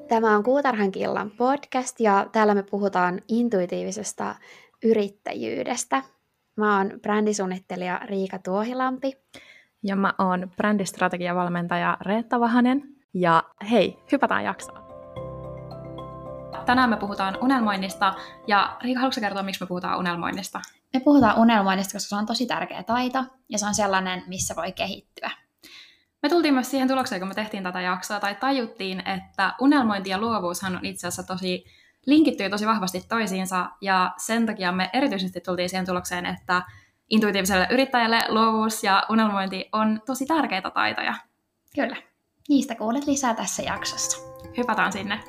Tämä on Puutarhan Killan podcast ja täällä me puhutaan intuitiivisesta yrittäjyydestä. Mä oon brändisuunnittelija Riika Tuohilampi. Ja mä oon brändistrategiavalmentaja Reetta Vahanen. Ja hei, hypätään jaksoon. Tänään me puhutaan unelmoinnista. Ja Riika, haluatko kertoa, miksi me puhutaan unelmoinnista? Me puhutaan unelmoinnista, koska se on tosi tärkeä taito ja se on sellainen, missä voi kehittyä. Me tultiin myös siihen tulokseen, kun me tehtiin tätä jaksoa, tai tajuttiin, että unelmointi ja luovuushan on itse asiassa linkittyy tosi vahvasti toisiinsa, ja sen takia me erityisesti tultiin siihen tulokseen, että intuitiiviselle yrittäjälle luovuus ja unelmointi on tosi tärkeitä taitoja. Kyllä. Niistä kuulet lisää tässä jaksossa. Hypätään sinne.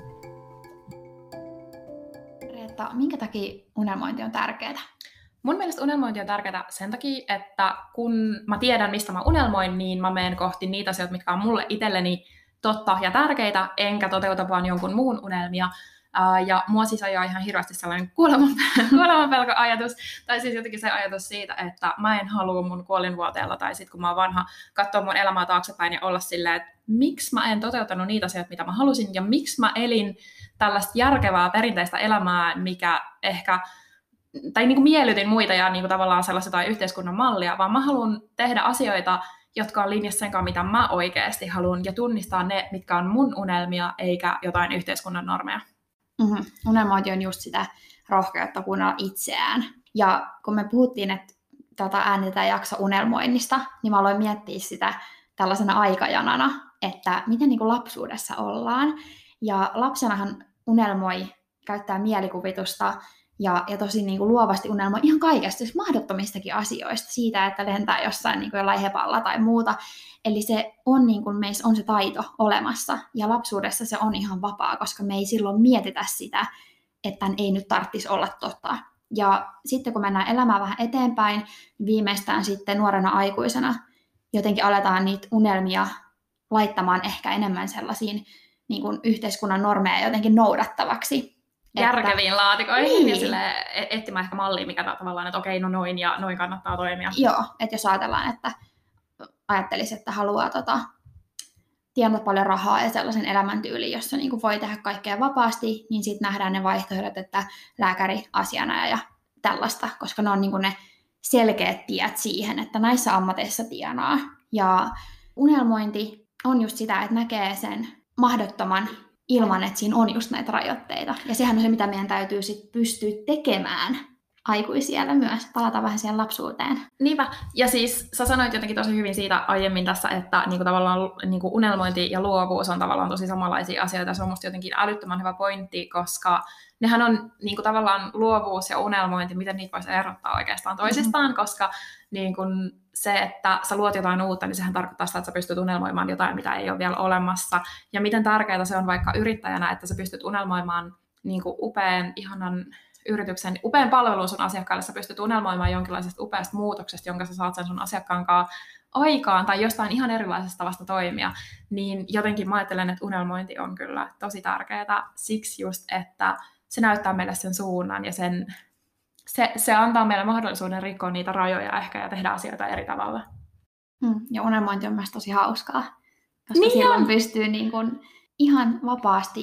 Reetta, minkä takia unelmointi on tärkeää? Mun mielestä unelmointi on tärkeää sen takia, että kun mä tiedän, mistä mä unelmoin, niin mä menen kohti niitä asioita, mitkä on mulle itselleni totta ja tärkeitä, enkä toteuta vaan jonkun muun unelmia. Ja mua siis ajaa ihan hirveästi sellainen kuolemanpelko-ajatus, tai siis jotenkin se ajatus siitä, että mä en halua mun kuolinvuoteella, tai sitten kun mä oon vanha, katsoa mun elämää taaksepäin ja olla silleen, että miksi mä en toteuttanut niitä asioita, mitä mä halusin, ja miksi mä elin tällaista järkevää perinteistä elämää, mikä ehkä tai niin kuin miellytin muita ja niin kuin tavallaan sellaista tai yhteiskunnan mallia, vaan mä haluan tehdä asioita, jotka on linjassa sen kanssa, mitä mä oikeasti haluan, ja tunnistaa ne, mitkä on mun unelmia, eikä jotain yhteiskunnan normeja. Unelmointi on just sitä rohkeutta kuunnella itseään. Ja kun me puhuttiin, että äänitetään jakso unelmoinnista, niin mä aloin miettiä sitä tällaisena aikajanana, että miten niin kuin lapsuudessa ollaan. Ja lapsenahan unelmoi, käyttää mielikuvitusta, ja tosi niin kuin luovasti unelmoi ihan kaikesta, siis mahdottomistakin asioista, siitä, että lentää jossain niin kuin jollain hepalla tai muuta. Eli se on niin kuin meissä on se taito olemassa, ja lapsuudessa se on ihan vapaa, koska me ei silloin mietitä sitä, että ei nyt tarvitsisi olla totta. Ja sitten kun mennään elämään vähän eteenpäin, viimeistään sitten nuorena aikuisena jotenkin aletaan niitä unelmia laittamaan ehkä enemmän sellaisiin niin kuin yhteiskunnan normeja jotenkin noudattavaksi. Järkeviin laatikoihin niin. Ja silleen etsimään ehkä mallia, mikä tavallaan, että okei, no noin ja noin kannattaa toimia. Joo, että jos ajatellaan, että ajattelisi, että haluaa tienata paljon rahaa ja sellaisen elämäntyyliin, jossa niin kuin voi tehdä kaikkea vapaasti, niin sitten nähdään ne vaihtoehdot, että lääkäri, asianajaja ja tällaista, koska ne on niin kuin ne selkeät tiet siihen, että näissä ammateissa tienaa. Ja unelmointi on just sitä, että näkee sen mahdottoman ilman, että siinä on just näitä rajoitteita. Ja sehän on se, mitä meidän täytyy sit pystyä tekemään aikuisiellä myös. Palataan vähän siihen lapsuuteen. Niinpä. Ja siis sä sanoit jotenkin tosi hyvin siitä aiemmin tässä, että niinku tavallaan niinku unelmointi ja luovuus on tavallaan tosi samanlaisia asioita. Se on musta jotenkin älyttömän hyvä pointti, koska nehän on niinku tavallaan luovuus ja unelmointi, miten niitä voisi erottaa oikeastaan toisistaan, koska niinku se, että sä luot jotain uutta, niin sehän tarkoittaa sitä, että sä pystyt unelmoimaan jotain, mitä ei ole vielä olemassa. Ja miten tärkeää se on vaikka yrittäjänä, että sä pystyt unelmoimaan niinku upean, ihanan yrityksen, upean palvelun sun asiakkaille, sä pystyt unelmoimaan jonkinlaisesta upeasta muutoksesta, jonka sä saat sen sun asiakkaan kanssa aikaan, tai jostain ihan erilaisesta tavasta toimia, niin jotenkin mä ajattelen, että unelmointi on kyllä tosi tärkeää siksi just, että se näyttää meille sen suunnan, ja se antaa meille mahdollisuuden rikkoa niitä rajoja ehkä ja tehdä asioita eri tavalla. Ja unelmointi on myös tosi hauskaa, koska niin silloin pystyy niin kuin ihan vapaasti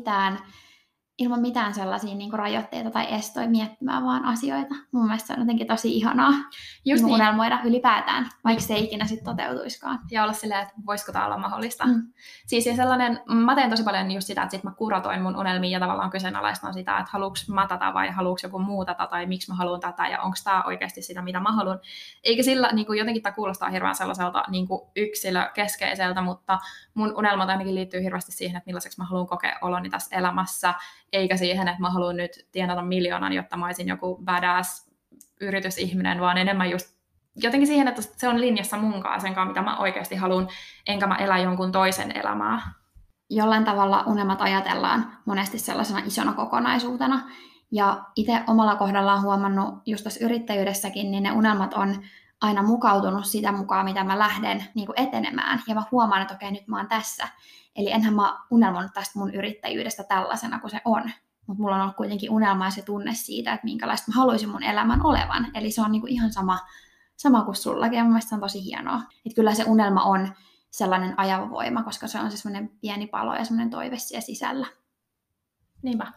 ilman mitään sellaisia niin kuin rajoitteita tai estoja miettimään vaan asioita. Mun mielestä se on jotenkin tosi ihanaa niin unelmoida ylipäätään, vaikka se ei ikinä sitten toteutuiskaan. Ja olla silleen, että voisiko tämä olla mahdollista. Siis ja sellainen, mä teen tosi paljon just sitä, että sit mä kuratoin mun unelmiin ja tavallaan kyseenalaistan sitä, että haluuks mä tätä vai haluuks joku muu tätä tai miksi mä haluan tätä ja onko tämä oikeasti sitä, mitä mä haluan. Eikä sillä niin kuin jotenkin tämä kuulostaa hirveän sellaiselta niin kuin yksilökeskeiseltä, mutta mun unelmat ainakin liittyy hirveästi siihen, että millaiseksi mä haluan kokea oloni tässä elämässä, eikä siihen, että mä haluan nyt tienata 1 miljoonan, jotta mä olisin joku badass yritysihminen, vaan enemmän just jotenkin siihen, että se on linjassa mun kanssa, sen kanssa, mitä mä oikeasti haluan, enkä mä elä jonkun toisen elämää. Jollain tavalla unelmat ajatellaan monesti sellaisena isona kokonaisuutena, ja itse omalla kohdallaan huomannut just tässä yrittäjyydessäkin, niin ne unelmat on aina mukautunut sitä mukaan, mitä mä lähden niin kuin etenemään, ja mä huomaan, että okei, nyt mä oon tässä. Eli enhän mä unelmoinut tästä mun yrittäjyydestä tällaisena kuin se on. Mutta mulla on ollut kuitenkin unelma ja se tunne siitä, että minkälaista mä haluaisin mun elämän olevan. Eli se on niinku ihan sama kuin sullakin, ja mun mielestä se on tosi hienoa. Että kyllä se unelma on sellainen ajava voima, koska se on se semmoinen pieni palo ja semmoinen toive siellä sisällä. Niinpä.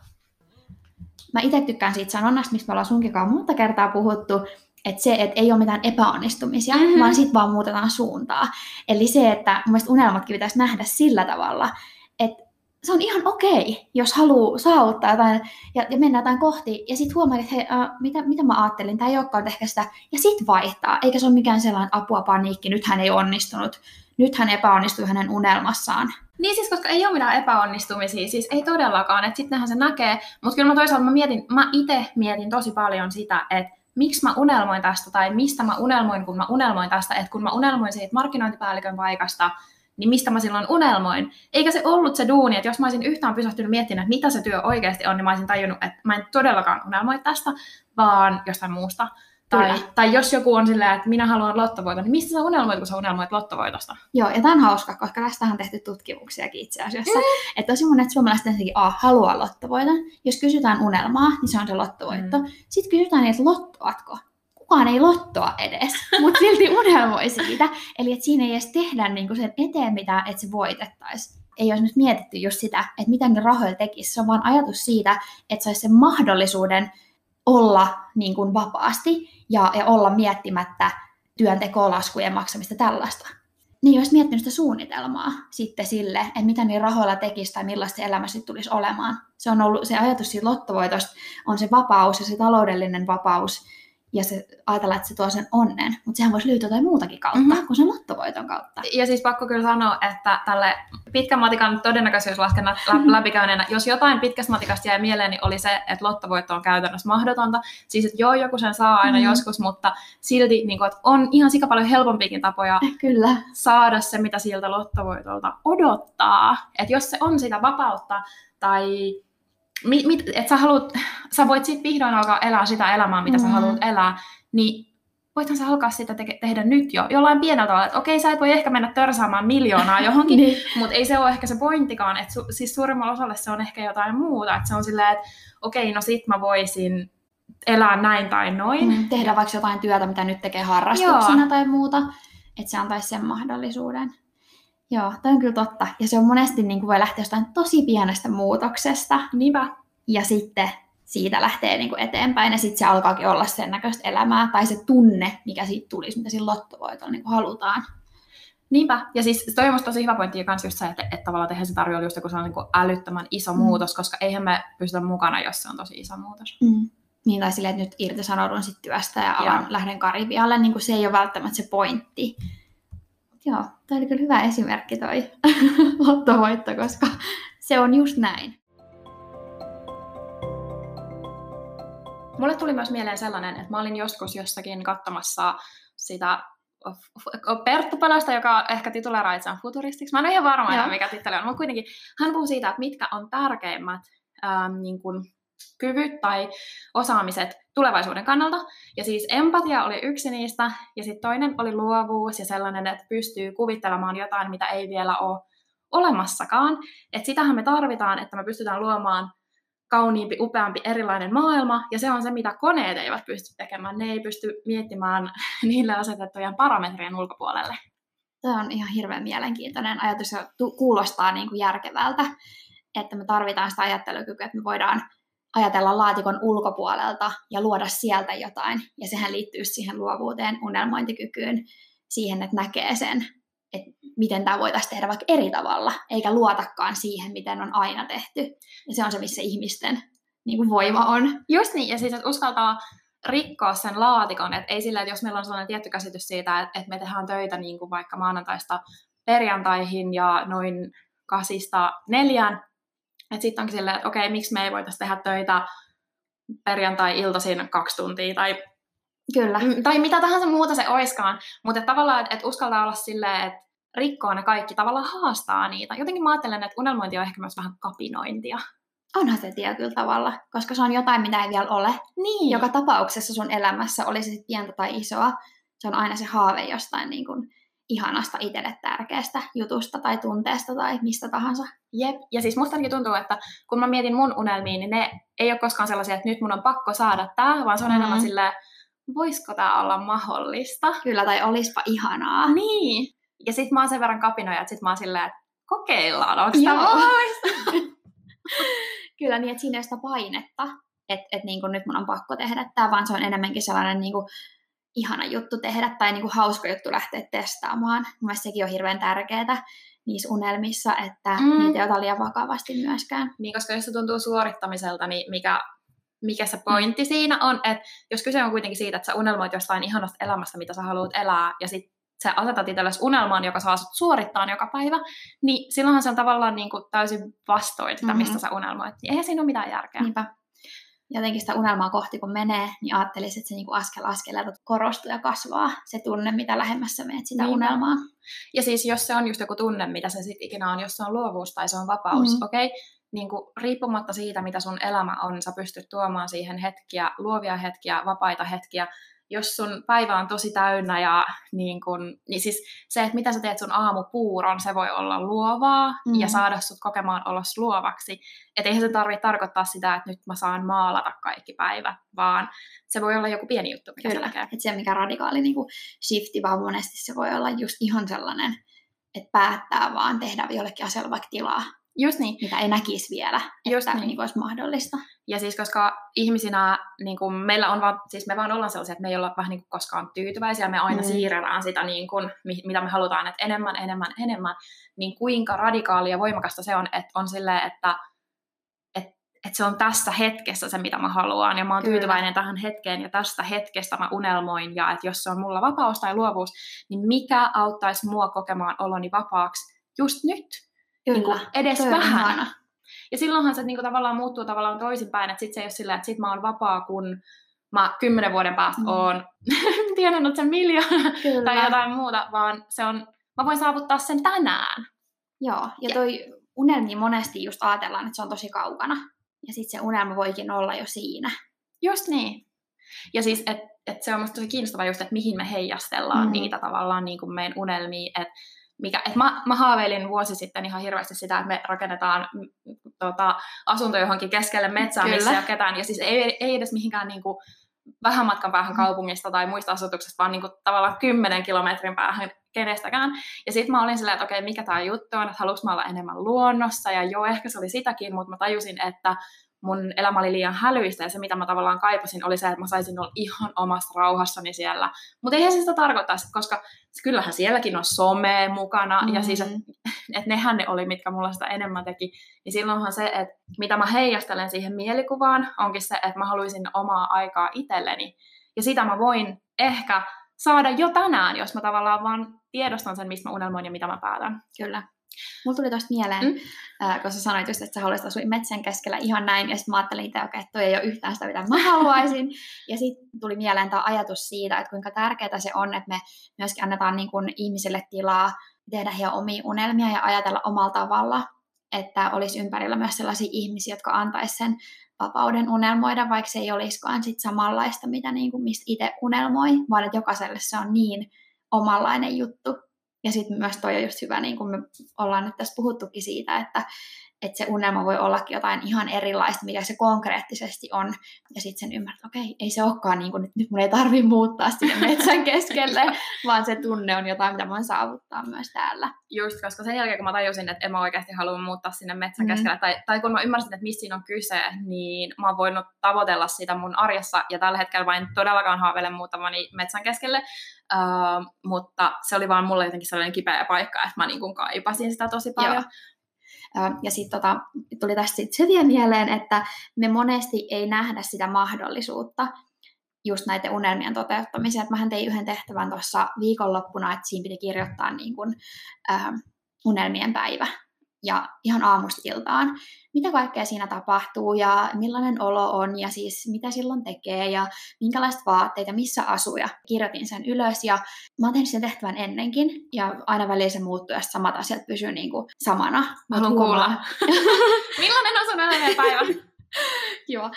Mä itse tykkään siitä sanonnasta, mistä me ollaan sunkikaan monta kertaa puhuttu, että se, että ei ole mitään epäonnistumisia, vaan sitten vaan muutetaan suuntaa. Eli se, että mun mielestä unelmatkin pitäisi nähdä sillä tavalla, että se on ihan okei, jos haluaa saavuttaa jotain ja mennä jotain kohti, ja sitten huomaa, että hei, mitä mä ajattelin, tämä ei olekaan ehkä sitä, ja sitten vaihtaa, eikä se ole mikään sellainen apua paniikki, nyt hän ei onnistunut, nyt hän epäonnistui hänen unelmassaan. Niin siis, koska ei ole mitään epäonnistumisia, siis ei todellakaan, että sittenhän se näkee, mutta kyllä mä toisaalta mä itse mietin tosi paljon sitä, että miksi mä unelmoin tästä, tai mistä mä unelmoin, kun mä unelmoin tästä, että kun mä unelmoin siitä markkinointipäällikön paikasta, niin mistä mä silloin unelmoin. Eikä se ollut se duuni, että jos mä olisin yhtään pysähtynyt miettimään, että mitä se työ oikeasti on, niin mä olisin tajunnut, että mä en todellakaan unelmoi tästä, vaan jostain muusta. Tai jos joku on silleen, että minä haluan lottovoiton, niin mistä sä unelmoit, kun sä unelmoit lottovoitosta? Joo, ja tämä on hauska, koska tästä on tehty tutkimuksiakin itse asiassa. Että tosi monet suomalaiset ensinnäkin haluaa lottovoiton. Jos kysytään unelmaa, niin se on se lottovoitto. Sitten kysytään, että lottoatko? Kukaan ei lottoa edes, mutta silti unelmoi siitä. Eli että siinä ei edes tehdä niinku sen eteen mitään, että se voitettaisiin. Ei olisi nyt mietitty just sitä, että mitä ne rahoilla tekisi. Se on vaan ajatus siitä, että saisi sen mahdollisuuden olla niin kuin vapaasti ja olla miettimättä työntekoa, laskujen maksamista, tällaista. Niin olisi miettinyt sitä suunnitelmaa sitten sille, että mitä niillä rahoilla tekisi tai millaista se elämä sitten tulisi olemaan. Se on ollut se ajatus siitä lottovoitosta, on se vapaus ja se taloudellinen vapaus ja se ajatellaan, että se tuo sen onnen, mutta sehän voisi löytyä jotain muutakin kautta kuin sen lottovoiton kautta. Ja siis pakko kyllä sanoa, että tälle pitkän matikan todennäköisyyslaskennat läpikäyneenä, jos jotain pitkästä matikasta jäi mieleen, niin oli se, että lottovoitto on käytännössä mahdotonta. Siis, että joo, joku sen saa aina joskus, mutta silti niin kuin, että on ihan sika paljon helpompiakin tapoja kyllä saada se, mitä siltä lottovoitolta odottaa. Että jos se on sitä vapautta tai että sä voit sitten vihdoin alkaa elää sitä elämää, mitä sä haluat elää, niin voithan sä alkaa sitä tehdä nyt jo jollain pienellä tavalla, että okei, sä et voi ehkä mennä törsäämään miljoonaa johonkin, niin. Mutta ei se ole ehkä se pointtikaan, että siis suurimmalla osalle se on ehkä jotain muuta, että se on silleen, että okei, no sit mä voisin elää näin tai noin. Tehdä vaikka jotain työtä, mitä nyt tekee harrastuksena tai muuta, että se antaisi sen mahdollisuuden. Joo, toi on kyllä totta. Ja se on monesti niin kuin voi lähteä jostain tosi pienestä muutoksesta. Niinpä. Ja sitten siitä lähtee niin kuin eteenpäin ja sitten se alkaakin olla sen näköistä elämää. Tai se tunne, mikä siitä tulisi, mitä sillä lottovoitolla niin kuin halutaan. Niinpä. Ja siis toi on musta tosi hyvä pointti kanssa just se, että tavallaan tehdään se tarjolla just joku sellainen niin älyttömän iso muutos, koska eihän me pystytä mukana, jos se on tosi iso muutos. Niin, tai silleen, että nyt irtisanoudun sit työstä ja lähden Karibialle, niin kuin se ei ole välttämättä se pointti. Joo, toi oli kyllä hyvä esimerkki toi lottovoitto, koska se on just näin. Mulle tuli myös mieleen sellainen, että mä olin joskus jossakin katsomassa sitä Perttu-panosta, joka ehkä tituleraa itseään futuristiksi. Mä en ole ihan varma, mikä titteli on, mutta kuitenkin hän puhuu siitä, että mitkä on tärkeimmät niin kuin kyvyt tai osaamiset tulevaisuuden kannalta. Ja siis empatia oli yksi niistä, ja sitten toinen oli luovuus ja sellainen, että pystyy kuvittelemaan jotain, mitä ei vielä ole olemassakaan. Että sitähän me tarvitaan, että me pystytään luomaan kauniimpi, upeampi, erilainen maailma, ja se on se, mitä koneet eivät pysty tekemään. Ne ei pysty miettimään niille asetettujen parametrien ulkopuolelle. Tämä on ihan hirveän mielenkiintoinen ajatus ja kuulostaa niin kuin järkevältä, että me tarvitaan sitä ajattelukykyä, että me voidaan ajatella laatikon ulkopuolelta ja luoda sieltä jotain. Ja sehän liittyy siihen luovuuteen, unelmointikykyyn, siihen, että näkee sen, että miten tämä voitaisiin tehdä vaikka eri tavalla, eikä luotakaan siihen, miten on aina tehty. Ja se on se, missä ihmisten niin kuin voima on. Just niin, ja siis että uskaltaa rikkoa sen laatikon, että ei sillä, että jos meillä on sellainen tietty käsitys siitä, että me tehdään töitä niin kuin vaikka maanantaista perjantaihin ja noin 8–4, että sitten onkin silleen, että okei, miksi me ei voitaisiin tehdä töitä perjantai-iltaisin 2 tuntia tai mitä tahansa muuta se oiskaan. Mutta tavallaan, että uskaltaa olla silleen, että rikkoo ne kaikki, tavallaan haastaa niitä. Jotenkin mä ajattelen, että unelmointi on ehkä myös vähän kapinointia. Onhan se tietyllä tavalla, koska se on jotain, mitä ei vielä ole. Niin. Joka tapauksessa sun elämässä, oli se sitten pientä tai isoa, se on aina se haave jostain niin kuin ihanasta itselle tärkeästä jutusta tai tunteesta tai mistä tahansa. Jep, ja siis musta tuntuu, että kun mä mietin mun unelmiin, niin ne ei ole koskaan sellaisia, että nyt mun on pakko saada tää, vaan se on enemmän silleen, voisiko tää olla mahdollista? Kyllä, tai olispa ihanaa. Niin. Ja sit mä oon sen verran kapinoja, että sit mä oon silleen, että kokeillaan, onko tämä mahdollista? Kyllä niin, että siinä ei ole sitä painetta, että niin kuin nyt mun on pakko tehdä tämä, vaan se on enemmänkin sellainen niin kuin ihana juttu tehdä tai niin kuin hauska juttu lähteä testaamaan. Mielestäni sekin on hirveän tärkeää niissä unelmissa, että niitä ei ota liian vakavasti myöskään. Niin, koska jos se tuntuu suorittamiselta, niin mikä se pointti siinä on, että jos kyse on kuitenkin siitä, että sä unelmoit jostain ihanasta elämästä, mitä sä haluat elää, ja sit sä asetat itsellesi unelmaan, joka saa sut suorittaa joka päivä, niin silloinhan se on tavallaan niin kuin täysin vastoin sitä, mistä sä unelmoit. Niin eihän siinä ole mitään järkeä. Niinpä. Jotenkin sitä unelmaa kohti kun menee, niin ajattelisin, että se niinku askel askeleelta korostuu ja kasvaa se tunne, mitä lähemmässä menet sitä unelmaa. Ja siis jos se on just joku tunne, mitä se sitten ikinä on, jos se on luovuus tai se on vapaus, okei? Niin kuin riippumatta siitä, mitä sun elämä on, sä pystyt tuomaan siihen hetkiä, luovia hetkiä, vapaita hetkiä. Jos sun päivä on tosi täynnä ja niin siis se, että mitä sä teet sun aamupuuron, se voi olla luovaa ja saada sut kokemaan olos luovaksi. Että eihän se tarvitse tarkoittaa sitä, että nyt mä saan maalata kaikki päivät, vaan se voi olla joku pieni juttu, mikä se näkee. Että se mikä radikaali niin kuin shifti, vaan monesti se voi olla just ihan sellainen, että päättää vaan tehdä jollekin asialle vaikka tilaa. Just niin. Mitä ei näkisi vielä, just että niin olisi mahdollista. Ja siis koska ihmisinä, niin kuin meillä on vaan, siis me vaan ollaan sellaisia, että me ei olla vähän niin kuin koskaan tyytyväisiä, me aina siirrellään sitä, niin kuin, mitä me halutaan, että enemmän, niin kuinka radikaalia ja voimakasta se on, että on silleen, että se on tässä hetkessä se, mitä mä haluan, ja mä oon tyytyväinen tähän hetkeen, ja tästä hetkestä mä unelmoin, ja että jos se on mulla vapaus tai luovuus, niin mikä auttaisi mua kokemaan oloni vapaaksi just nyt? Niin kuin edes vähän. Ihana. Ja silloinhan se niin kuin tavallaan muuttuu tavallaan toisinpäin, että sit se ei ole sillä, että sit mä oon vapaa, kun mä 10 vuoden päästä oon tienannut sen 1 miljoonaa tai jotain muuta, vaan se on, mä voin saavuttaa sen tänään. Joo, ja toi unelmi monesti just ajatellaan, että se on tosi kaukana. Ja sit se unelma voikin olla jo siinä. Just niin. Ja siis, että se on musta tosi kiinnostavaa just, että mihin me heijastellaan niitä tavallaan niin kuin meidän unelmia, että mä haaveilin vuosi sitten ihan hirveästi sitä, että me rakennetaan asunto johonkin keskelle metsää, missä ei ole ketään. Ja siis ei edes mihinkään niin kuin vähän matkan päähän kaupungista tai muista asutuksesta, vaan niin kuin tavallaan 10 kilometrin päähän kenestäkään. Ja sitten mä olin silleen, että okei, mikä tää juttu on, että haluanko mä olla enemmän luonnossa. Ja joo, ehkä se oli sitäkin, mutta mä tajusin, että mun elämä oli liian hälyistä, ja se, mitä mä tavallaan kaipasin, oli se, että mä saisin olla ihan omassa rauhassani siellä. Mutta eihän se sitä tarkoita, koska kyllähän sielläkin on some mukana, ja siis, että nehän ne oli, mitkä mulla sitä enemmän teki. Niin silloinhan se, että mitä mä heijastelen siihen mielikuvaan, onkin se, että mä haluaisin omaa aikaa itselleni. Ja sitä mä voin ehkä saada jo tänään, jos mä tavallaan vaan tiedostan sen, mistä mä unelmoin ja mitä mä päätän. Kyllä. Mulla tuli tosta mieleen, kun sä sanoit just, että sä haluaisit asua metsän keskellä ihan näin, ja sitten mä ajattelin itse, että toi ei ole yhtään sitä, mitä mä haluaisin. Ja sitten tuli mieleen tämä ajatus siitä, että kuinka tärkeää se on, että me myöskin annetaan niin kun ihmisille tilaa tehdä heidän omia unelmia ja ajatella omalla tavalla, että olisi ympärillä myös sellaisia ihmisiä, jotka antaisi sen vapauden unelmoida, vaikka se ei olisikaan sit samanlaista, mitä niin kuin mistä itse unelmoi, vaan että jokaiselle se on niin omanlainen juttu. Ja sitten myös toi on just hyvä, niin kuin me ollaan nyt tässä puhuttukin siitä, että se unelma voi ollakin jotain ihan erilaista, mikä se konkreettisesti on. Ja sitten sen ymmärtää, että okei, ei se olekaan niin kuin nyt mun ei tarvitse muuttaa sinne metsän keskelle, vaan se tunne on jotain, mitä voin saavuttaa myös täällä. Just, koska sen jälkeen, kun mä tajusin, että en mä oikeasti halua muuttaa sinne metsän keskelle, tai kun mä ymmärsin, että missä siinä on kyse, niin mä oon voinut tavoitella sitä mun arjessa, ja tällä hetkellä mä en todellakaan haaveile muutamani metsän keskelle, mutta se oli vaan mulle jotenkin sellainen kipeä paikka, että mä niin kuin kaipasin sitä tosi paljon. Joo. Ja sitten tuli tästä se vielä mieleen, että me monesti ei nähdä sitä mahdollisuutta just näiden unelmien toteuttamiseen. Mähän tein yhden tehtävän tuossa viikonloppuna, että siinä piti kirjoittaa niin kuin, unelmien päivä. Ja ihan aamusta iltaan, mitä kaikkea siinä tapahtuu ja millainen olo on ja siis mitä silloin tekee ja minkälaiset vaatteet ja missä asuu. Ja kirjoitin sen ylös ja mä oon tehnyt sen tehtävän ennenkin ja aina väliin se muuttuu ja samat asiat pysyy niin kuin samana. Mä haluan kuulla. Millainen on sun unelmien päivä? Joo.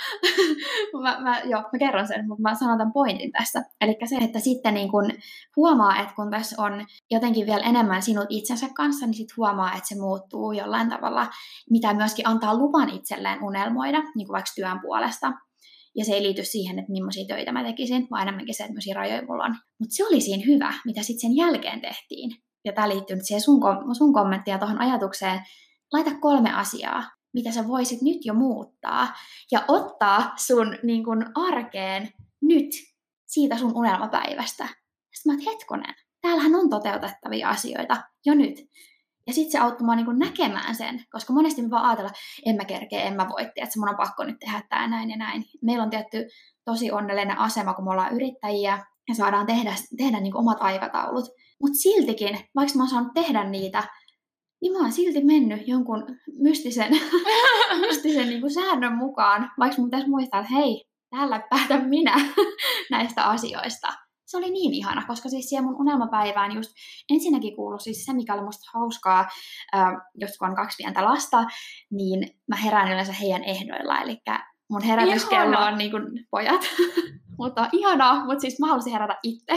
Mä kerron sen, mutta mä sanon tämän pointin tässä. Eli se, että sitten niin kun huomaa, että kun tässä on jotenkin vielä enemmän sinut itsensä kanssa, niin sitten huomaa, että se muuttuu jollain tavalla, mitä myöskin antaa luvan itselleen unelmoida, niin kuin vaikka työn puolesta. Ja se ei liity siihen, että millaisia töitä mä tekisin, vaan enemmänkin se, että millaisia rajoja mulla on. Mutta se oli siinä hyvä, mitä sitten sen jälkeen tehtiin. ja tämä liittyy nyt siihen sun kommenttiin ja tuohon ajatukseen, laita 3 asiaa, mitä sä voisit nyt jo muuttaa ja ottaa sun niin kun, arkeen nyt siitä sun unelmapäivästä. Sitten mä oon, hetkonen, täällähän on toteutettavia asioita jo nyt. Ja sitten se auttoi mua niin näkemään sen, koska monesti me vaan ajatellaan, en mä kerkeä, en mä voi, että mun on pakko nyt tehdä tää näin ja näin. Meillä on tietty tosi onnellinen asema, kun me ollaan yrittäjiä ja saadaan tehdä niin omat aikataulut. Mutta siltikin, vaikka mä oon saanut tehdä niitä, niin mä oon silti mennyt jonkun mystisen niin säännön mukaan, vaikka mun pitäisi muistaa, että hei, täällä päätän minä näistä asioista. Se oli niin ihana, koska siis siihen mun unelmapäivään just ensinnäkin kuului siis se, mikä oli musta hauskaa, just kun on 2 pientä lasta, niin mä herään yleensä heidän ehdoilla, eli mun herätyskello on niin kuin pojat, mutta ihanaa, mutta siis mä halusin herätä itse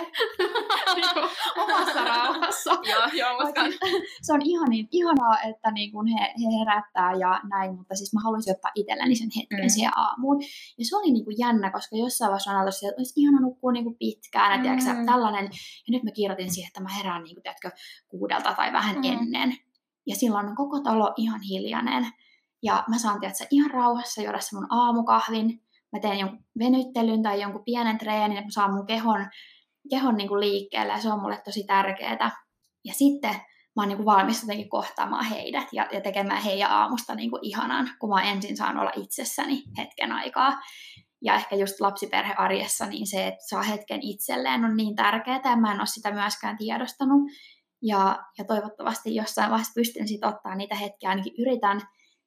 niin omassa rauhassa. Joo, se on ihanaa, että niin kuin he herättää ja näin, mutta siis mä haluaisin ottaa itselleni sen hetken siihen aamuun. Ja se oli niin kuin jännä, koska jossain vaiheessa on ajatellut, että olisi ihana nukkua niin kuin pitkään, ja tällainen. Ja nyt mä kirjoitin siihen, että mä herään niin kuin, tiedätkö, 6 tai vähän ennen. Ja silloin on koko talo ihan hiljainen. Ja mä saan ihan rauhassa juoda se mun aamukahvin. Mä teen jonkun venyttelyn tai jonkun pienen treenin, että mä saan mun kehon niin kuin liikkeelle, ja se on mulle tosi tärkeää. Ja sitten mä oon niin kuin valmis jotenkin kohtaamaan heidät ja tekemään heidän aamusta niin kuin ihanan, kun mä oon ensin saanut olla itsessäni hetken aikaa. Ja ehkä just lapsiperhearjessa niin se, että saa hetken itselleen, on niin tärkeää, ja mä en ole sitä myöskään tiedostanut. Ja toivottavasti jossain vaiheessa pystyn sit ottaa niitä hetkiä, ainakin yritän.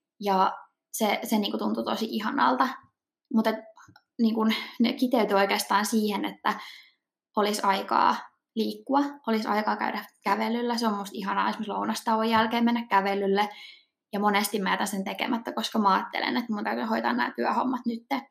Ja se niin kuin tuntui tosi ihanalta. Mutta niin kuin ne kiteytyi oikeastaan siihen, että olisi aikaa liikkua, olisi aikaa käydä kävelyllä. Se on musta ihanaa esimerkiksi lounastauon jälkeen mennä kävelylle. Ja monesti mä jätän sen tekemättä, koska mä ajattelen, että mun täytyy hoitaa nämä työhommat nyt.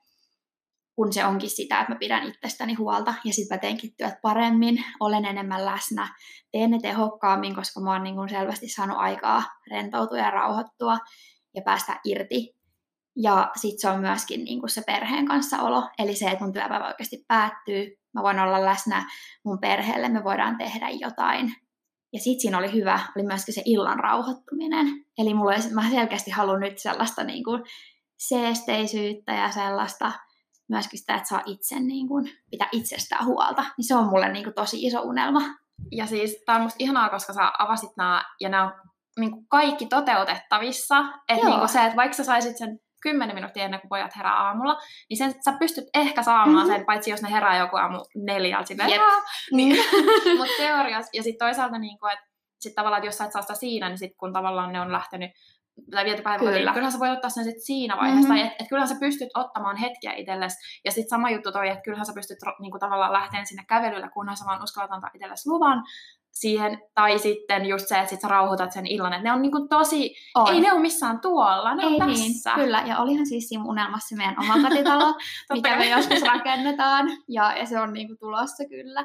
Kun se onkin sitä, että mä pidän itsestäni huolta ja sitten mä teenkin työt paremmin, olen enemmän läsnä, teen ne tehokkaammin, koska mä oon niin kuin selvästi saanut aikaa rentoutua ja rauhoittua ja päästä irti. Ja sitten se on myöskin niin kuin se perheen kanssa olo, eli se, että mun työpäivä oikeasti päättyy, mä voin olla läsnä mun perheelle, me voidaan tehdä jotain. Ja sitten siinä oli myöskin se illan rauhoittuminen. Eli mä selkeästi haluan nyt sellaista niin kuin seesteisyyttä ja sellaista myöskin sitä, että saa itse niin kuin pitää itsestään huolta. Niin se on mulle niin kuin tosi iso unelma. Ja siis tää on musta ihanaa, koska sä avasit nämä, ja nämä on niin kuin kaikki toteutettavissa. Että niin kuin se, että vaikka sä saisit sen 10 minuuttia ennen kuin pojat herää aamulla, niin sen sä pystyt ehkä saamaan sen, paitsi jos ne herää joku aamu 4 silleen, niin. Mutta teoriassa, ja sitten toisaalta, niin kuin, että sit tavallaan, että jos sä et saa sitä siinä, niin sitten kun tavallaan ne on lähtenyt tai viety päiväkotiin, kyllähän sä voi ottaa sen sitten siinä vaiheessa, tai että kyllähän sä pystyt ottamaan hetkiä itsellesi, ja sitten sama juttu toi, että kyllähän sä pystyt niinku tavallaan lähteen sinne kävelylle, kunhan sä vaan uskallat antaa itsellesi luvan siihen, tai sitten just se, että sit sä rauhoitat sen illan, että ne on niinku tosi, ei ne ole missään tuolla, ne on tässä. Niin, kyllä, ja olihan siis siinä unelmassa meidän oma kotitalo, mitä me joskus rakennetaan, ja se on niinku tulossa kyllä,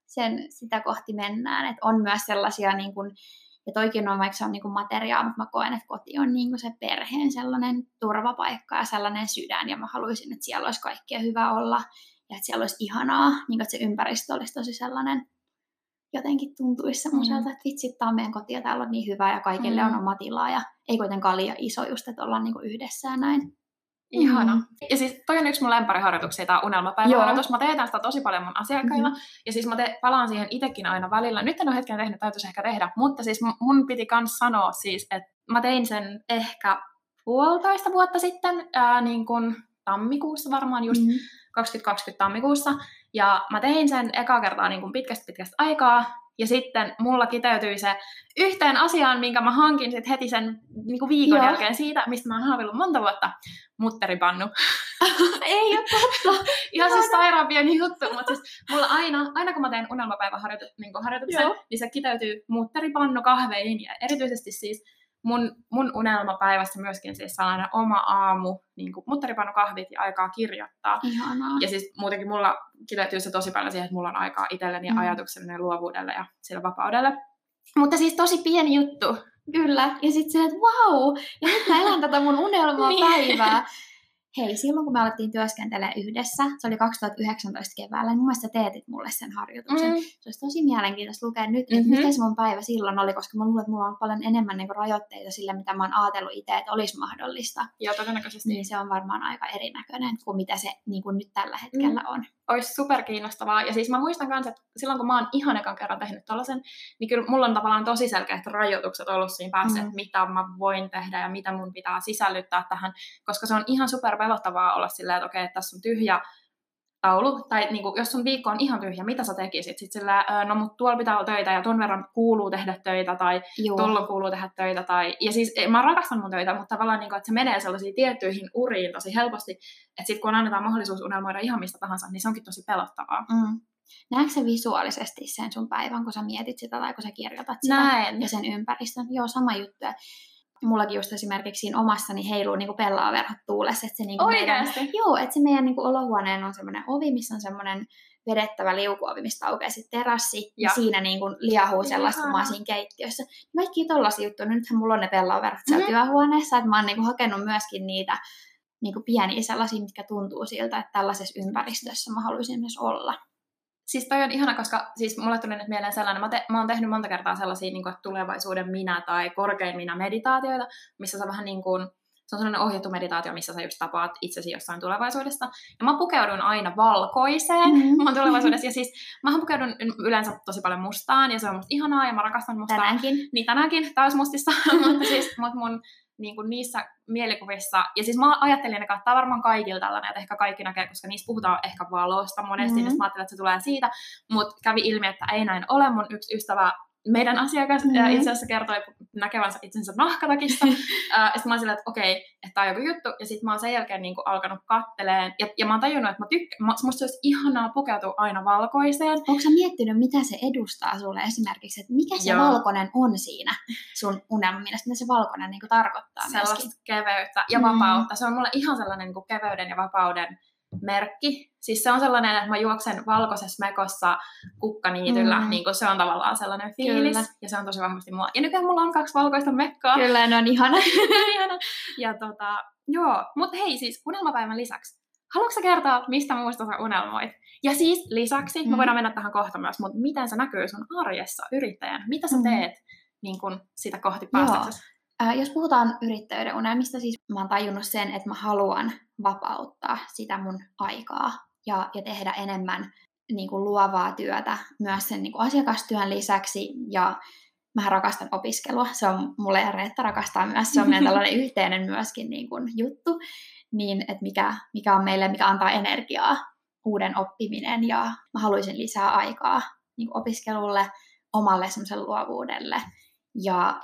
sitä kohti mennään, että on myös sellaisia niinku, ja toikin on, vaikka se on niinku materiaa, mutta mä koen, että koti on niinku se perheen sellainen turvapaikka ja sellainen sydän, ja mä haluaisin, että siellä olisi kaikkea hyvä olla, ja että siellä olisi ihanaa, niin että se ympäristö olisi tosi sellainen, jotenkin tuntuisi semmoiselta, että vitsit, tää on meidän koti, ja täällä on niin hyvä, ja kaikille on oma tila, ja ei kuitenkaan liian iso just, että ollaan niinku yhdessä ja näin. Ihana. Ja siis toi on yksi mun lempariharjoituksia, tää unelmapäiväharjoitus. Mä teen sitä tosi paljon mun asiakkailla. Ja siis mä palaan siihen itsekin aina välillä. Nyt en ole hetken tehnyt, täytyisi ehkä tehdä. Mutta siis mun piti kans sanoa siis, että mä tein sen ehkä 1,5 vuotta sitten, niin kuin tammikuussa varmaan just 2020 tammikuussa. Ja mä tein sen ekaa kertaa niin kuin pitkästä aikaa. Ja sitten mulla kiteytyi se yhteen asiaan, minkä mä hankin sit heti sen niin kuin viikon jälkeen siitä, mistä mä oon haaveillut monta vuotta. Mutteripannu. Ei ole totta. Ihan siis sairaan pieni juttu, mutta siis mulla aina kun mä teen unelmapäiväharjoituksen, niin se kiteytyy mutteripannu kahveihin. Ja erityisesti siis mun unelmapäivässä myöskin siis sellainen oma aamu, niin kuin mutteripannu kahvit ja aikaa kirjoittaa. Ihanaa. Ja siis muutenkin mulla kiteytyy se tosi paljon siihen, että mulla on aikaa itselleni ja ajatukselleni ja luovuudelle ja sille vapaudelle. Mutta siis tosi pieni juttu. Kyllä. Ja sitten se, että vau, ja nyt mä elän tätä mun unelmaa päivää. Hei, silloin kun me alettiin työskentelemään yhdessä, se oli 2019 keväällä, niin mun mielestä teetit mulle sen harjoituksen. Se olisi tosi mielenkiintoista lukea nyt, että miten se mun päivä silloin oli, koska mä luulen, että mulla on paljon enemmän niin kuin rajoitteita sille, mitä mä oon ajatellut itse, että olisi mahdollista. Joo, todennäköisesti. Niin se on varmaan aika erinäköinen kuin mitä se niin kuin nyt tällä hetkellä on. Olisi superkiinnostavaa. Ja siis mä muistan kanssa, että silloin kun mä oon ihan ekan kerran tehnyt tollasen, niin kyllä mulla on tavallaan tosi selkeät rajoitukset ollut siinä päässä, että mitä mä voin tehdä ja mitä mun pitää sisällyttää tähän, koska se on ihan superpelottavaa olla silleen, että okei, että tässä on tyhjä taulu, tai niin kuin, jos sun viikko on ihan tyhjä, mitä sä tekisit? Sitten silleen, no mut tuolla pitää olla töitä ja ton verran kuuluu tehdä töitä, tai tuolla kuuluu tehdä töitä, ja siis mä rakastan mun töitä, mutta tavallaan niin kuin, että se menee sellaisiin tiettyihin uriin tosi helposti, että sit kun annetaan mahdollisuus unelmoida ihan mistä tahansa, niin se onkin tosi pelottavaa. Näetkö sä visuaalisesti sen sun päivän, kun sä mietit sitä tai kun sä kirjoitat sitä? Näen. Ja sen ympäristön? Joo, sama juttu. Mullakin just esimerkiksi siinä omassani heiluu niinku pellaaverhot tuulessa. Että se niinku että se meidän niinku olohuoneen on semmoinen ovi, missä on semmoinen vedettävä liukuovi, mistä aukeaa sitten terassi. Ja siinä niinku liahuu sellaista, kun mä oon siinä keittiössä. Kaikki tollaisia juttuja. Nythän mulla on ne pellaaverhot siellä työhuoneessa. Että mä oon niinku hakenut myöskin niitä niinku pieniä sellaisia, mitkä tuntuu siltä, että tällaisessa ympäristössä mä haluaisin myös olla. Siis toi on ihana, koska siis mulle tuli nyt mieleen sellainen, mä oon tehnyt monta kertaa sellaisia niin kuin, tulevaisuuden minä tai korkein minä meditaatioita, missä sä vähän niin kuin, se on sellainen ohjattu meditaatio, missä sä just tapaat itsesi jossain tulevaisuudesta. Ja mä pukeudun aina valkoiseen mun tulevaisuudessa. Ja siis mähän pukeudun yleensä tosi paljon mustaan, ja se on musta ihanaa, ja mä rakastan mustaa. Tänäänkin. Niin tänäänkin, taas mustissa. Mutta siis mun niin kuin niissä mielikuvissa, ja siis mä ajattelin, että tämä varmaan kaikilla tällainen, että ehkä kaikki näkee, koska niissä puhutaan ehkä valosta monesti, niin mä ajattelin, että se tulee siitä, mutta kävi ilmi, että ei näin ole. Mun yksi ystävä, meidän asiakas, itse asiassa kertoi näkevänsä itsensä nahkatakissa, ja sitten mä oon silleen, että okei, että tää on joku juttu, ja sitten mä oon sen jälkeen niin kuin alkanut katteleen, ja mä oon tajunnut, että musta olisi ihanaa pukeutua aina valkoiseen. Onko sä miettinyt, mitä se edustaa sulle esimerkiksi, että mikä se valkoinen on siinä sun unelman mielestä, mitä se valkoinen niin kuin tarkoittaa sellaista myöskin? Keveyttä ja vapautta. Se on mulle ihan sellainen niin kuin keveyden ja vapauden merkki. Siis se on sellainen, että mä juoksen valkoisessa mekossa kukkaniityllä, niin kuin se on tavallaan sellainen fiilis. Kyllä. Ja se on tosi vahvasti mua. Ja nykyään mulla on 2 valkoista mekkaa. Kyllä, ne on ihana. Ja joo, mutta hei siis unelmapäivän lisäksi. Haluatko sä kertoa, mistä muusta sä unelmoit? Ja siis lisäksi, me voidaan mennä tähän kohta myös, mutta miten se näkyy sun arjessa yrittäjänä? Mitä sä teet niin kun sitä kohti päästäksesi? Jos puhutaan yrittäjyyden unelmista, siis mä oon tajunnut sen, että mä haluan vapauttaa sitä mun aikaa ja tehdä enemmän niin kuin luovaa työtä myös sen niin kuin asiakastyön lisäksi. Ja mä rakastan opiskelua. Se on mulle ja Reetta rakastaa myös. Se on meidän tällainen yhteinen myöskin niin kuin juttu. Niin, että mikä on meille, mikä antaa energiaa, uuden oppiminen. Ja mä haluaisin lisää aikaa niin kuin opiskelulle, omalle semmoiselle luovuudelle. Ja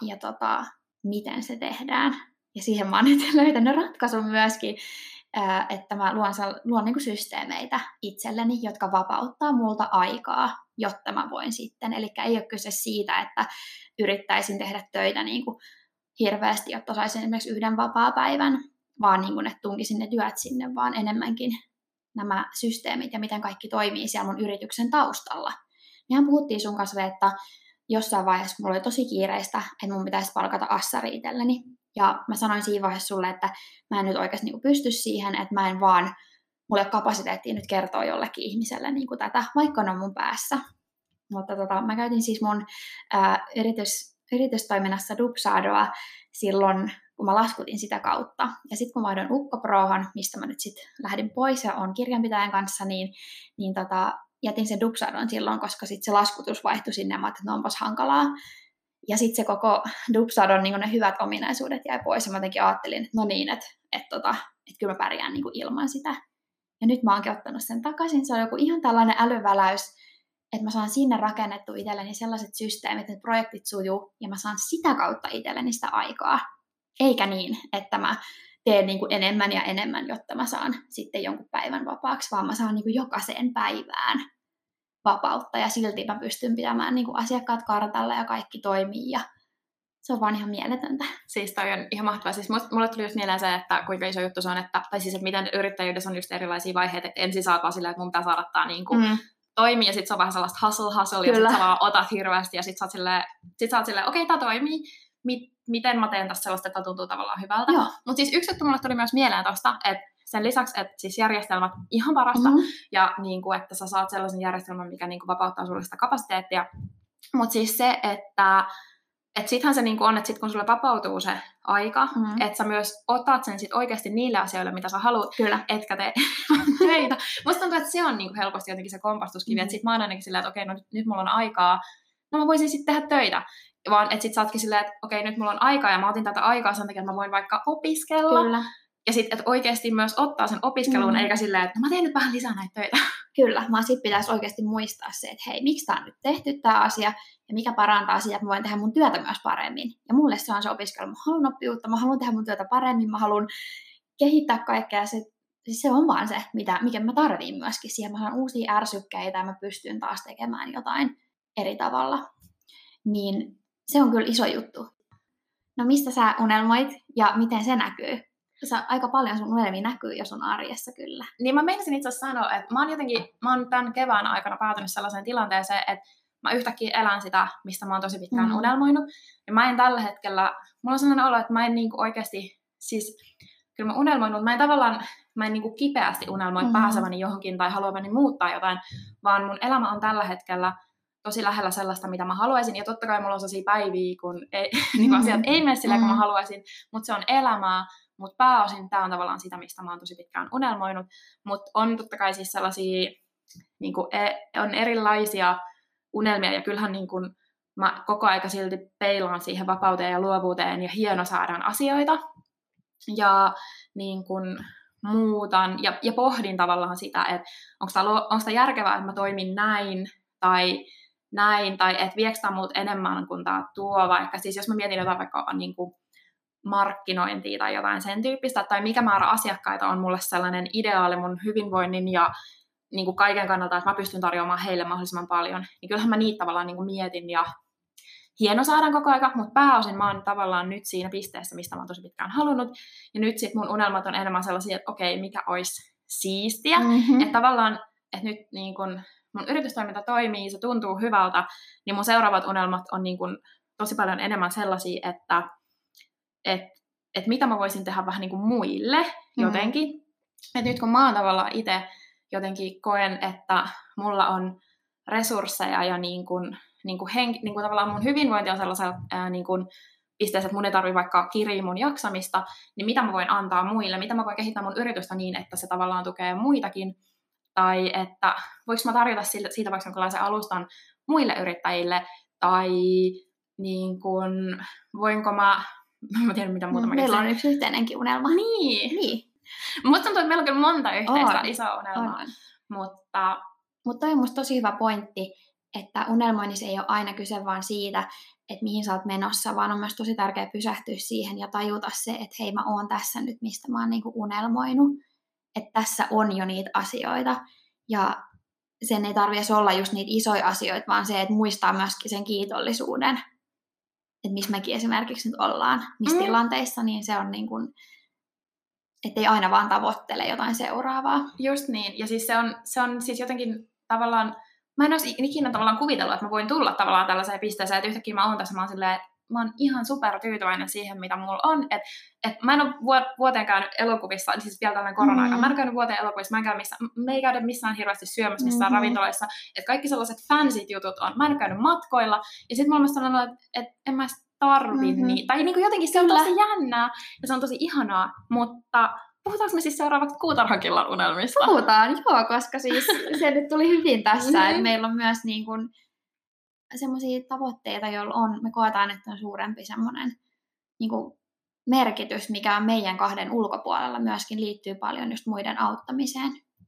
miten se tehdään. Ja siihen mä oon nyt löytänyt ratkaisun myöskin, että mä luon niin kuin systeemeitä itselleni, jotka vapauttaa multa aikaa, jotta mä voin sitten. Eli ei ole kyse siitä, että yrittäisin tehdä töitä niin kuin hirveästi, jotta saisin esimerkiksi 1 vapaapäivän, vaan niin kuin, että tunkisin ne työt sinne, vaan enemmänkin nämä systeemit ja miten kaikki toimii siellä mun yrityksen taustalla. Mehän puhuttiin sun kanssa, että jossain vaiheessa mulla oli tosi kiireistä, että mun pitäisi palkata assari itselleni. Ja mä sanoin siinä vaiheessa sulle, että mä en nyt oikeasti niin pysty siihen, että mä en vaan, mulla ei ole kapasiteettia nyt kertoa jollekin ihmiselle niin kuin tätä, vaikka on mun päässä. Mutta mä käytin siis mun yritystoiminnassa Dubsadoa silloin, kun mä laskutin sitä kautta. Ja sitten kun mä vaihdoin Ukko Prohon, mistä mä nyt sitten lähdin pois ja on kirjanpitäjän kanssa, niin jätin sen Dubsadon silloin, koska sitten se laskutus vaihtui sinne, ja mä ajattelin, että onpas hankalaa. Ja sitten se koko Dubsadon niin ne hyvät ominaisuudet jäi pois, ja mä jotenkin ajattelin, että no niin, että kyllä mä pärjään niin kuin ilman sitä. Ja nyt mä oonkin ottanut sen takaisin. Se on joku ihan tällainen älyväläys, että mä saan sinne rakennettua itselleni sellaiset systeemit, että projektit sujuu, ja mä saan sitä kautta itselleni sitä aikaa. Eikä niin, että mä teen niin kuin enemmän ja enemmän, jotta mä saan sitten jonkun päivän vapaaksi, vaan mä saan niin kuin jokaiseen päivään vapautta, ja silti mä pystyn pitämään niin kuin asiakkaat kartalla ja kaikki toimii, ja se on vaan ihan mieletöntä. Siis toi on ihan mahtavaa. Siis mulle tuli just mieleen se, että kuinka iso juttu se on, että miten yrittäjyydessä on just erilaisia vaiheita, että ensin saat vaan silleen, että mun pitää saada tää niin kuin toimii, ja sit se on vähän sellaista hustle, ja sit sä vaan otat hirveästi, ja sit sä oot silleen, okei, tää toimii, miten mä teen tässä sellaista, että tuntuu tavallaan hyvältä. Mutta siis yksi juttu mulle tuli myös mieleen tosta, että sen lisäksi, että siis järjestelmät ihan parasta, ja niin kuin, että sä saat sellaisen järjestelmän, mikä niin kuin vapauttaa sulle sitä kapasiteettia. Mutta siis se, että sittenhän se niin kuin on, että sit kun sulle vapautuu se aika, että sä myös otat sen sit oikeasti niille asioille, mitä sä haluat, etkä tee töitä. Musta tuntuu, että se on niin kuin helposti jotenkin se kompastuskivi, että sit mä oon ainakin silleen, että okei, no nyt mulla on aikaa, no mä voisin sitten tehdä töitä. Vaan että sit sä ootkin silleen, että okei, nyt mulla on aikaa, ja mä otin tätä aikaa sen takia, että mä voin vaikka opiskella. Kyllä. Ja sitten, että oikeasti myös ottaa sen opiskeluun, eikä silleen, että mä teen nyt vähän lisää näitä töitä. Kyllä, vaan sitten pitäisi oikeasti muistaa se, että hei, miksi tämä on nyt tehty tämä asia, ja mikä parantaa sitä, että mä voin tehdä mun työtä myös paremmin. Ja mulle se on se opiskelu. Mä haluan oppia uutta, mä haluan tehdä mun työtä paremmin, mä haluan kehittää kaikkea. Se on vaan se, mikä mä tarviin myöskin siihen. Mä saan uusia ärsykkeitä ja mä pystyn taas tekemään jotain eri tavalla. Niin se on kyllä iso juttu. No mistä sä unelmoit ja miten se näkyy? Aika paljon sun unelmia näkyy jo sun arjessa kyllä. Niin mä meinasin itse asiassa sanoa, että mä oon tämän kevään aikana päätynyt sellaiseen tilanteeseen, että mä yhtäkkiä elän sitä, mistä mä oon tosi pitkään unelmoinut. Ja mä en tällä hetkellä, mulla on sellainen olo, että mä en niinku oikeasti, siis kyllä mä unelmoinut, mutta mä en niinku kipeästi unelmoi pääseväni johonkin tai haluavani muuttaa jotain, vaan mun elämä on tällä hetkellä tosi lähellä sellaista, mitä mä haluaisin. Ja totta kai mulla on sellaisia päiviä, kun niin asiat ei mene silleen, kun mä haluaisin, mutta se on elämää. Mutta pääosin tämä on tavallaan sitä, mistä mä oon tosi pitkään unelmoinut. Mutta on totta kai siis sellaisia, niinku, on erilaisia unelmia. Ja kyllähän niinku, mä koko aika silti peilaan siihen vapauteen ja luovuuteen ja hienosaadaan asioita. Ja niinku, muutan ja pohdin tavallaan sitä, että onko tämä järkevää, että mä toimin näin tai että viekö tämä mut enemmän kuin tämä tuo. Vaikka siis jos mä mietin jotain vaikka niinku, markkinointia tai jotain sen tyyppistä, tai mikä määrä asiakkaita on mulle sellainen ideaali mun hyvinvoinnin ja niin kuin kaiken kannalta, että mä pystyn tarjoamaan heille mahdollisimman paljon, niin kyllähän mä niitä tavallaan niin kuin mietin ja hienosaadaan koko aika, mutta pääosin mä oon tavallaan nyt siinä pisteessä, mistä mä oon tosi pitkään halunnut, ja nyt sit mun unelmat on enemmän sellaisia, että okei, mikä olisi siistiä, että tavallaan, että nyt niin kun mun yritystoiminta toimii, se tuntuu hyvältä, niin mun seuraavat unelmat on niin kun tosi paljon enemmän sellaisia, että mitä mä voisin tehdä vähän niin kuin muille jotenkin. Että nyt kun mä oon tavallaan itse jotenkin koen, että mulla on resursseja ja niin kuin tavallaan mun hyvinvointi on sellaisella niin kuin pisteessä, että mun ei tarvitse vaikka kiriä mun jaksamista, niin mitä mä voin antaa muille, mitä mä voin kehittää mun yritystä niin, että se tavallaan tukee muitakin. Tai että voiko mä tarjota siitä vaikka jonkinlaisen alustan muille yrittäjille, tai niin kuin, voinko mä tiedän, mitä muuta mä meillä on yksi yhteinenkin unelma. Niin. Musta tuntuu, että meillä on kyllä monta yhteistä isoa unelmaa. Mutta toi on musta tosi hyvä pointti, että unelmoinnissa ei ole aina kyse vaan siitä, että mihin sä oot menossa, vaan on myös tosi tärkeää pysähtyä siihen ja tajuta se, että hei, mä oon tässä nyt, mistä mä oon niinku unelmoinut. Että tässä on jo niitä asioita. Ja sen ei tarvitse olla just niitä isoja asioita, vaan se, että muistaa myöskin sen kiitollisuuden. Että missä mekin esimerkiksi nyt ollaan, missä tilanteissa, niin se on niin kuin, ettei aina vaan tavoittele jotain seuraavaa. Just niin, ja siis se on siis jotenkin tavallaan, mä en olisi ikinä tavallaan kuvitellut, että mä voin tulla tavallaan tällaiseen pisteeseen, että yhtäkkiä mä oon tässä, mä oon silleen, mä oon ihan super tyytyväinen siihen, mitä mulla on, että mä en ole vuoteen käynyt elokuvissa, siis vielä tällainen korona-aika, mä en käynyt vuoteen elokuvissa, me ei käydä missään hirveästi syömässä missään ravintoloissa, että kaikki sellaiset fansit jutut on, mä en ole käynyt matkoilla, ja sitten mä oon sanonut, että en mä tarvi niitä, tai niin kuin jotenkin se on tosi jännää, ja se on tosi ihanaa, mutta puhutaanko me siis seuraavaksi Kuutarhankillan unelmista? Puhutaan, joo, koska siis se nyt tuli hyvin tässä, että meillä on myös niin kuin semmoisia tavoitteita, joilla me koetaan, että on suurempi semmoinen niin kuin merkitys, mikä on meidän kahden ulkopuolella myöskin liittyy paljon just muiden auttamiseen.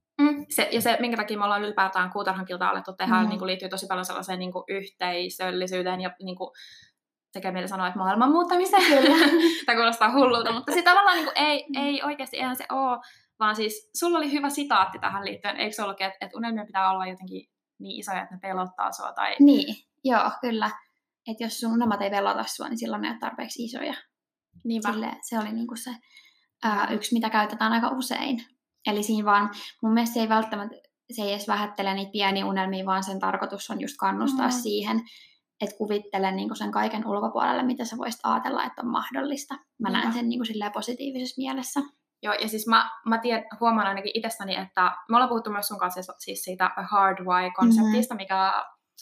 Se, minkä takia me ollaan ylipäätään Kuutarhankilta alettu tehdä, niin kuin liittyy tosi paljon sellaiseen niin kuin yhteisöllisyyteen ja niin kuin tekee mieli sanoa, että maailman muuttamiseen. Tämä kuulostaa hullulta, mutta se tavallaan niin kuin, ei oikeasti, eihän se ole, vaan siis sulla oli hyvä sitaatti tähän liittyen, eikö se ollutkin, että unelmia pitää olla jotenkin niin isoja, että ne pelottaa sua? Tai... Niin, joo, kyllä. Että jos sun unelmat ei pelota sua, niin silloin ne ei ole tarpeeksi isoja. Silleen, se oli niinku se yksi, mitä käytetään aika usein. Eli siinä vaan, mun mielestä se ei välttämättä, se ei edes vähättele niitä pieniä unelmia, vaan sen tarkoitus on just kannustaa siihen, että kuvittele niinku sen kaiken ulkopuolelle, mitä sä voisit ajatella, että on mahdollista. Mä näen sen niinku silleen positiivisessa mielessä. Joo, ja siis mä huomaan ainakin itsestäni, että me ollaan puhuttu myös sun kanssa siis siitä hard why-konseptista, mikä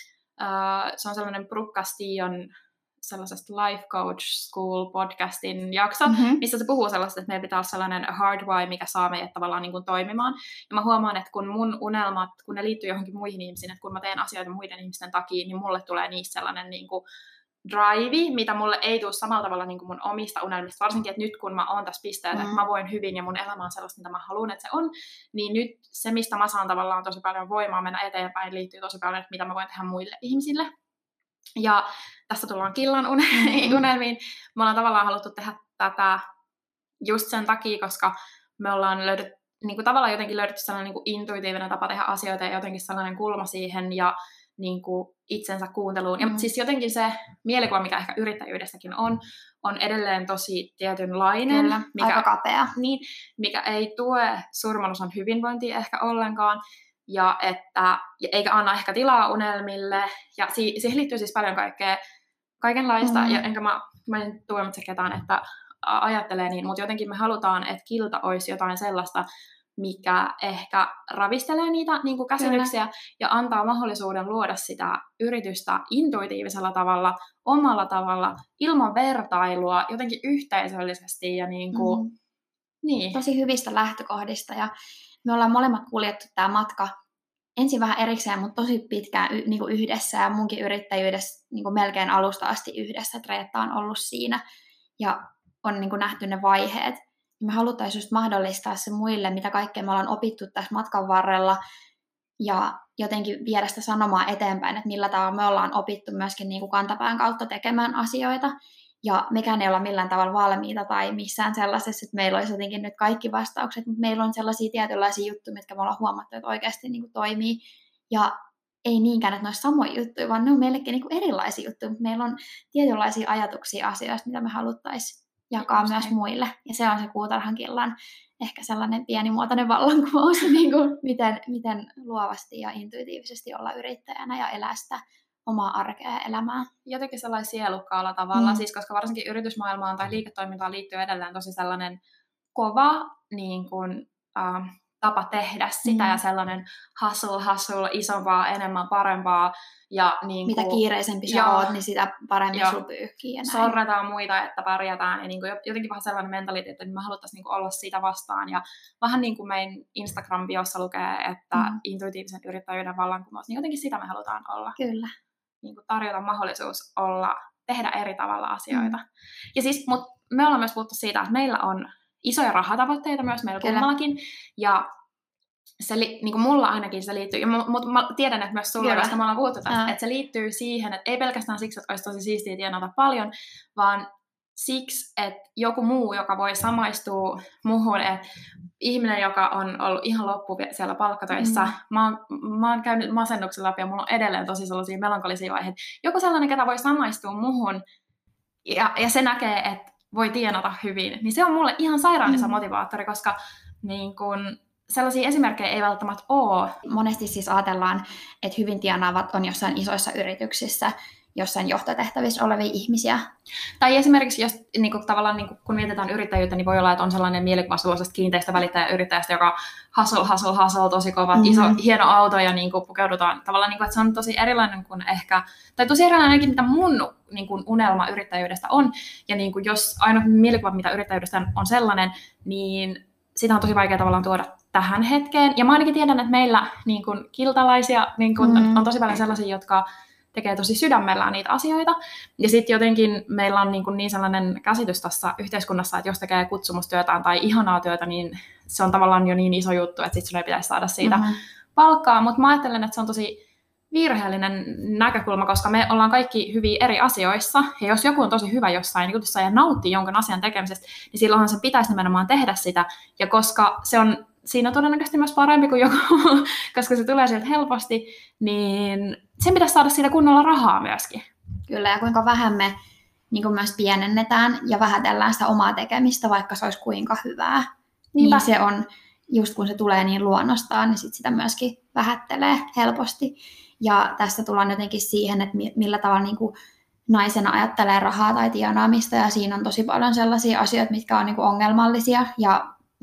se on sellainen Brooke Castillon sellaisesta Life Coach School podcastin jakso, missä se puhuu sellaista, että meillä pitää olla sellainen hard why, mikä saa meidät tavallaan niin kuin toimimaan. Ja mä huomaan, että kun mun unelmat, kun ne liittyy johonkin muihin ihmisiin, että kun mä teen asioita muiden ihmisten takia, niin mulle tulee niistä sellainen niin kuin drive, mitä mulle ei tule samalla tavalla niin kuin mun omista unelmista. Varsinkin, että nyt kun mä oon tässä pisteellä, että mä voin hyvin ja mun elämä on sellaista, mitä mä haluan, että se on, niin nyt se, mistä mä saan tavallaan tosi paljon voimaa mennä eteenpäin, liittyy tosi paljon, että mitä mä voin tehdä muille ihmisille. Ja tästä tullaan Killan unelmiin. Me ollaan tavallaan haluttu tehdä tätä just sen takia, koska me ollaan löydetty, niin kuin tavallaan jotenkin löydetty sellainen niin kuin intuitiivinen tapa tehdä asioita ja jotenkin sellainen kulma siihen ja niin kuin itsensä kuunteluun. Ja siis jotenkin se mielikuva, mikä ehkä yrittäjyydessäkin on edelleen tosi tietynlainen. Kyllä, aika kapea. Niin, mikä ei tue suurimman osan hyvinvointia ehkä ollenkaan. Ja eikä anna ehkä tilaa unelmille. Ja siihen liittyy siis paljon kaikenlaista. Ja enkä mä en tuomitse ketään, että ajattelee niin, mutta jotenkin me halutaan, että Kilta olisi jotain sellaista, mikä ehkä ravistelee niitä niin kuin käsityksiä Kyllä. ja antaa mahdollisuuden luoda sitä yritystä intuitiivisella tavalla, omalla tavalla, ilman vertailua, jotenkin yhteisöllisesti. Ja niin kuin, niin. Tosi hyvistä lähtökohdista ja me ollaan molemmat kuljettu tämä matka ensin vähän erikseen, mutta tosi pitkään niin kuin yhdessä ja munkin yrittäjyydessä niin kuin melkein alusta asti yhdessä. Reetta on ollut siinä ja on niin kuin nähty ne vaiheet. Me haluttaisiin just mahdollistaa se muille, mitä kaikkea me ollaan opittu tässä matkan varrella ja jotenkin viedä sitä sanomaa eteenpäin, että millä tavalla me ollaan opittu myöskin niin kuin kantapään kautta tekemään asioita. Ja mekään ei olla millään tavalla valmiita tai missään sellaisessa, että meillä olisi jotenkin nyt kaikki vastaukset, mutta meillä on sellaisia tietynlaisia juttuja, mitkä me ollaan huomattu, että oikeasti niin kuin toimii. Ja ei niinkään, että ne olisi samoja juttuja, vaan ne on meillekin niin kuin erilaisia juttuja, mutta meillä on tietynlaisia ajatuksia asioista, mitä me haluttaisiin jakaa myös muille. Ja se on se Puutarhan Killan ehkä sellainen pienimuotoinen vallankumous, niin kuin miten luovasti ja intuitiivisesti olla yrittäjänä ja elää sitä omaa arkea ja elämää. Jotenkin sellainen sielukkaalla tavalla, siis koska varsinkin yritysmaailmaan tai liiketoimintaan liittyy edelleen tosi sellainen kova niin kuin, tapa tehdä sitä ja sellainen hustle, isompaa, enemmän, parempaa. Ja niin mitä kiireisempi sä oot, niin sitä paremmin sul pyyhkii. Sorretaan muita, että pärjätään. Ja niin kuin jotenkin vähän sellainen mentaliteetti, että me haluttaisiin niin kuin olla siitä vastaan. Ja vähän niin kuin meidän Instagram-biossa lukee, että intuitiivisen yrittäjyyden vallankumous, niin jotenkin sitä me halutaan olla. Kyllä. Niin kuin tarjota mahdollisuus tehdä eri tavalla asioita. Ja siis, mutta me ollaan myös puhuttu siitä, että meillä on isoja rahatavoitteita myös meillä kummallakin. Ja se, niin kuin mulla ainakin se liittyy, mutta mä tiedän, että myös sulla, koska me ollaan puhuttu tästä, että se liittyy siihen, että ei pelkästään siksi, että olisi tosi siistiä tienata paljon, vaan siksi, että joku muu, joka voi samaistua muuhun, että ihminen, joka on ollut ihan loppu siellä palkkatöissä, mä oon käynyt masennuksen läpi ja mulla on edelleen tosi sellaisia melankolisia vaiheita, joku sellainen, ketä voi samaistua muuhun ja se näkee, että voi tienata hyvin, niin se on mulle ihan sairaan iso motivaattori, koska niin kun, sellaisia esimerkkejä ei välttämättä ole. Monesti siis ajatellaan, että hyvin tienaavat on jossain isoissa yrityksissä, jossain johtotehtävissä olevia ihmisiä. Tai esimerkiksi, jos niin tavallaan, niin kun mietitään yrittäjyyttä, niin voi olla, että on sellainen mielikuva sellaisesta kiinteistä välittäjäyrittäjästä, joka hustle tosi kova, iso, hieno auto ja niin pukeudutaan tavallaan, niin kuin, että se on tosi erilainen kuin ehkä, tai tosi erilainen, mitä mun niin kuin, unelma yrittäjyydestä on. Ja niin kuin, jos ainoa mielikuva, mitä yrittäjyydestä on sellainen, niin sitä on tosi vaikea tavallaan tuoda tähän hetkeen. Ja mä ainakin tiedän, että meillä niin kuin, kiltalaisia niin kuin, on tosi paljon sellaisia, jotka tekee tosi sydämellään niitä asioita. Ja sitten jotenkin meillä on niin sellainen käsitys tässä yhteiskunnassa, että jos tekee kutsumustyötään tai ihanaa työtä, niin se on tavallaan jo niin iso juttu, että sitten sun ei pitäisi saada siitä palkkaa. Mutta mä ajattelen, että se on tosi virheellinen näkökulma, koska me ollaan kaikki hyviä eri asioissa. Ja jos joku on tosi hyvä jossain jutussa ja nauttii jonkun asian tekemisestä, niin silloinhan se pitäisi nimenomaan tehdä sitä. Ja koska se on siinä todennäköisesti myös parempi kuin joku, koska se tulee sieltä helposti, niin sen pitäisi saada siitä kunnolla rahaa myöskin. Kyllä, ja kuinka vähän me niin myös pienennetään ja vähätellään sitä omaa tekemistä, vaikka se olisi kuinka hyvää. Niinpä. Niin se on, just kun se tulee niin luonnostaan, niin sit sitä myöskin vähättelee helposti. Ja tässä tullaan jotenkin siihen, että millä tavalla niin kuin naisena ajattelee rahaa tai tienaamista, ja siinä on tosi paljon sellaisia asioita, mitkä on niin kuin ongelmallisia, ja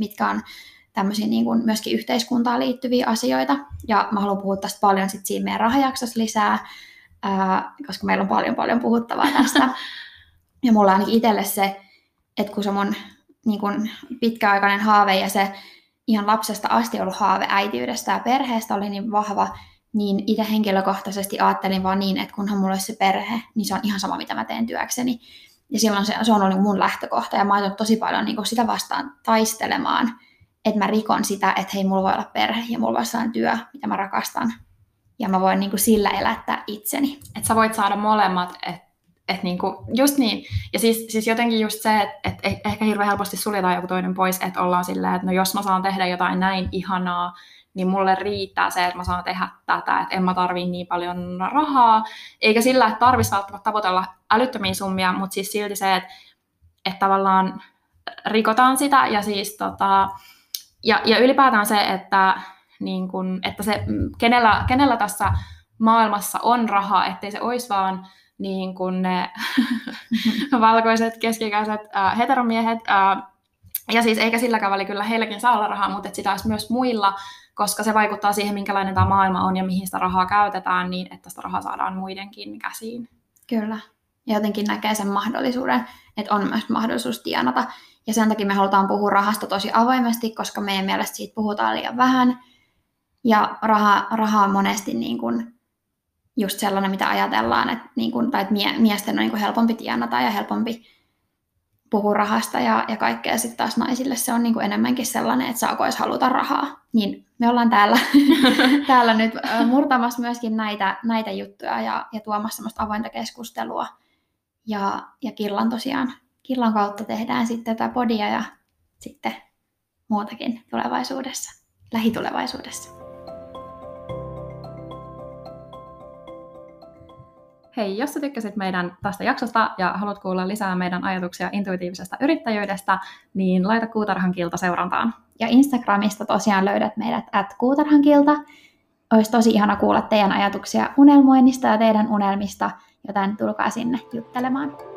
mitkä on tämmöisiä niin kuin myöskin yhteiskuntaan liittyviä asioita. Ja mä haluan puhua tästä paljon sit siinä meidän rahajaksossa lisää, koska meillä on paljon puhuttavaa tästä. Ja mulla ainakin itselle se, että kun se mun niin kun pitkäaikainen haave ja se ihan lapsesta asti ollut haave äitiydestä ja perheestä oli niin vahva, niin itse henkilökohtaisesti ajattelin vaan niin, että kunhan mulla olisi se perhe, niin se on ihan sama, mitä mä teen työkseni. Ja silloin se on ollut mun lähtökohta, ja mä oon tosi paljon niin sitä vastaan taistelemaan, että mä rikon sitä, että hei, mulla voi olla perhe ja mulla voi olla työ, mitä mä rakastan. Ja mä voin niin sillä elättää itseni. Että sä voit saada molemmat, että niinku, just niin. Ja siis jotenkin just se, että ehkä hirveän helposti suljetaan joku toinen pois, että ollaan silleen, että no jos mä saan tehdä jotain näin ihanaa, niin mulle riittää se, että mä saan tehdä tätä, että en mä tarvii niin paljon rahaa. Eikä sillä, että tarvitsisi välttämättä tavoitella älyttömiä summia, mutta siis silti se, että tavallaan rikotaan sitä ja siis ja ylipäätään se, että, niin kun, että se, kenellä tässä maailmassa on rahaa, ettei se olisi vaan niin kuin ne valkoiset, keski-ikäiset heteromiehet. Ja siis eikä silläkään väli, kyllä heilläkin saa olla rahaa, mutta sitä olisi myös muilla, koska se vaikuttaa siihen, minkälainen tämä maailma on ja mihin sitä rahaa käytetään, niin että sitä rahaa saadaan muidenkin käsiin. Kyllä. Ja jotenkin näkee sen mahdollisuuden, että on myös mahdollisuus tienata. Ja sen takia me halutaan puhua rahasta tosi avoimesti, koska meidän mielestä siitä puhutaan liian vähän. Ja raha on monesti niin kuin just sellainen, mitä ajatellaan, että, niin kuin, tai että miesten on niin kuin helpompi tienata ja helpompi puhua rahasta ja kaikkea. Sitten taas naisille se on niin kuin enemmänkin sellainen, että saako edes haluta rahaa. Niin me ollaan täällä nyt murtamassa myöskin näitä juttuja ja tuomassa semmoista avointa keskustelua. Ja Killan kautta tehdään sitten tätä podia ja sitten muutakin tulevaisuudessa, lähitulevaisuudessa. Hei, jos sä tykkäsit meidän tästä jaksosta ja haluat kuulla lisää meidän ajatuksia intuitiivisesta yrittäjyydestä, niin laita Kuutarhankilta seurantaan. Ja Instagramista tosiaan löydät meidät @Kuutarhankilta. Olisi tosi ihana kuulla teidän ajatuksia unelmoinnista ja teidän unelmista, joten tulkaa sinne juttelemaan.